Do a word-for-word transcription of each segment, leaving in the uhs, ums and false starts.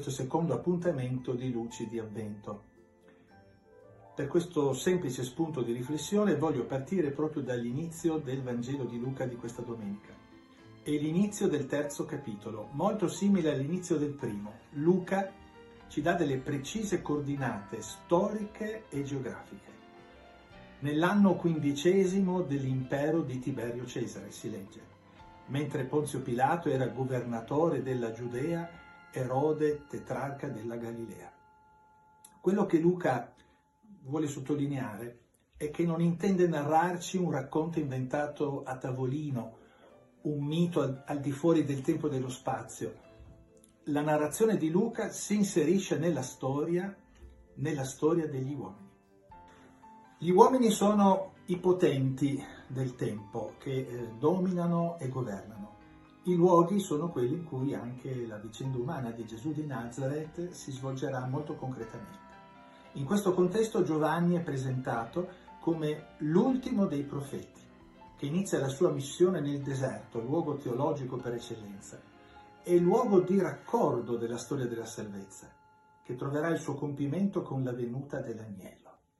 questo secondo appuntamento di Luci di Avvento. Per questo semplice spunto di riflessione voglio partire proprio dall'inizio del Vangelo di Luca di questa domenica. È l'inizio del terzo capitolo, molto simile all'inizio del primo. Luca ci dà delle precise coordinate storiche e geografiche. Nell'anno quindicesimo dell'impero di Tiberio Cesare, si legge, mentre Ponzio Pilato era governatore della Giudea, Erode tetrarca della Galilea. Quello che Luca vuole sottolineare è che non intende narrarci un racconto inventato a tavolino, un mito al, al di fuori del tempo e dello spazio. La narrazione di Luca si inserisce nella storia, nella storia degli uomini. Gli uomini sono i potenti del tempo che eh, dominano e governano. I luoghi sono quelli in cui anche la vicenda umana di Gesù di Nazareth si svolgerà molto concretamente. In questo contesto Giovanni è presentato come l'ultimo dei profeti, che inizia la sua missione nel deserto, luogo teologico per eccellenza, e luogo di raccordo della storia della salvezza, che troverà il suo compimento con la venuta dell'agnello.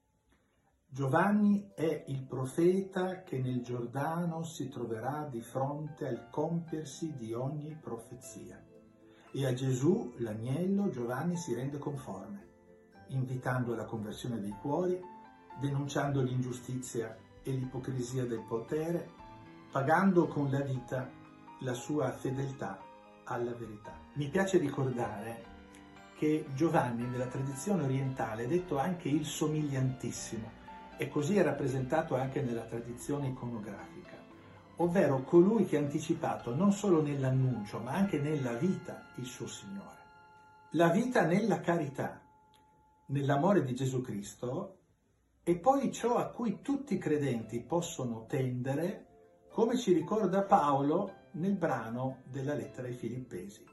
Giovanni è il profeta che nel Giordano si troverà di fronte al compiersi di ogni profezia. E a Gesù, l'agnello, Giovanni si rende conforme, invitando alla conversione dei cuori, denunciando l'ingiustizia e l'ipocrisia del potere, pagando con la vita la sua fedeltà alla verità. Mi piace ricordare che Giovanni nella tradizione orientale è detto anche il somigliantissimo, e così è rappresentato anche nella tradizione iconografica, ovvero colui che ha anticipato non solo nell'annuncio ma anche nella vita il suo Signore. La vita nella carità, nell'amore di Gesù Cristo, e poi ciò a cui tutti i credenti possono tendere, come ci ricorda Paolo nel brano della lettera ai Filippesi.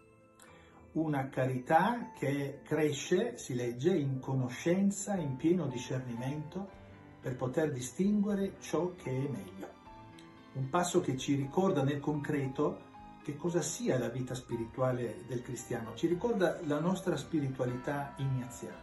Una carità che cresce, si legge, in conoscenza, in pieno discernimento, per poter distinguere ciò che è meglio. Un passo che ci ricorda nel concreto che cosa sia la vita spirituale del cristiano, ci ricorda la nostra spiritualità ignaziana,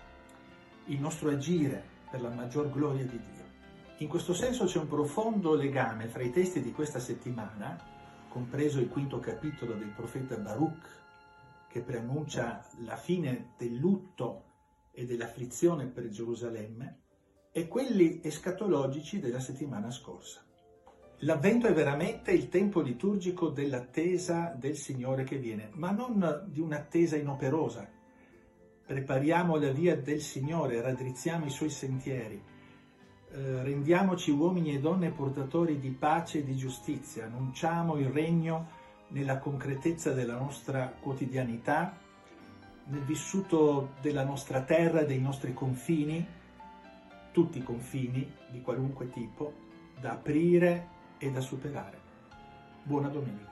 il nostro agire per la maggior gloria di Dio. In questo senso c'è un profondo legame fra i testi di questa settimana, compreso il quinto capitolo del profeta Baruch, che preannuncia la fine del lutto e dell'afflizione per Gerusalemme, e quelli escatologici della settimana scorsa. L'Avvento è veramente il tempo liturgico dell'attesa del Signore che viene, ma non di un'attesa inoperosa. Prepariamo la via del Signore, raddrizziamo i Suoi sentieri, eh, rendiamoci uomini e donne portatori di pace e di giustizia, annunciamo il regno nella concretezza della nostra quotidianità, nel vissuto della nostra terra, dei nostri confini, tutti i confini di qualunque tipo, da aprire e da superare. Buona domenica.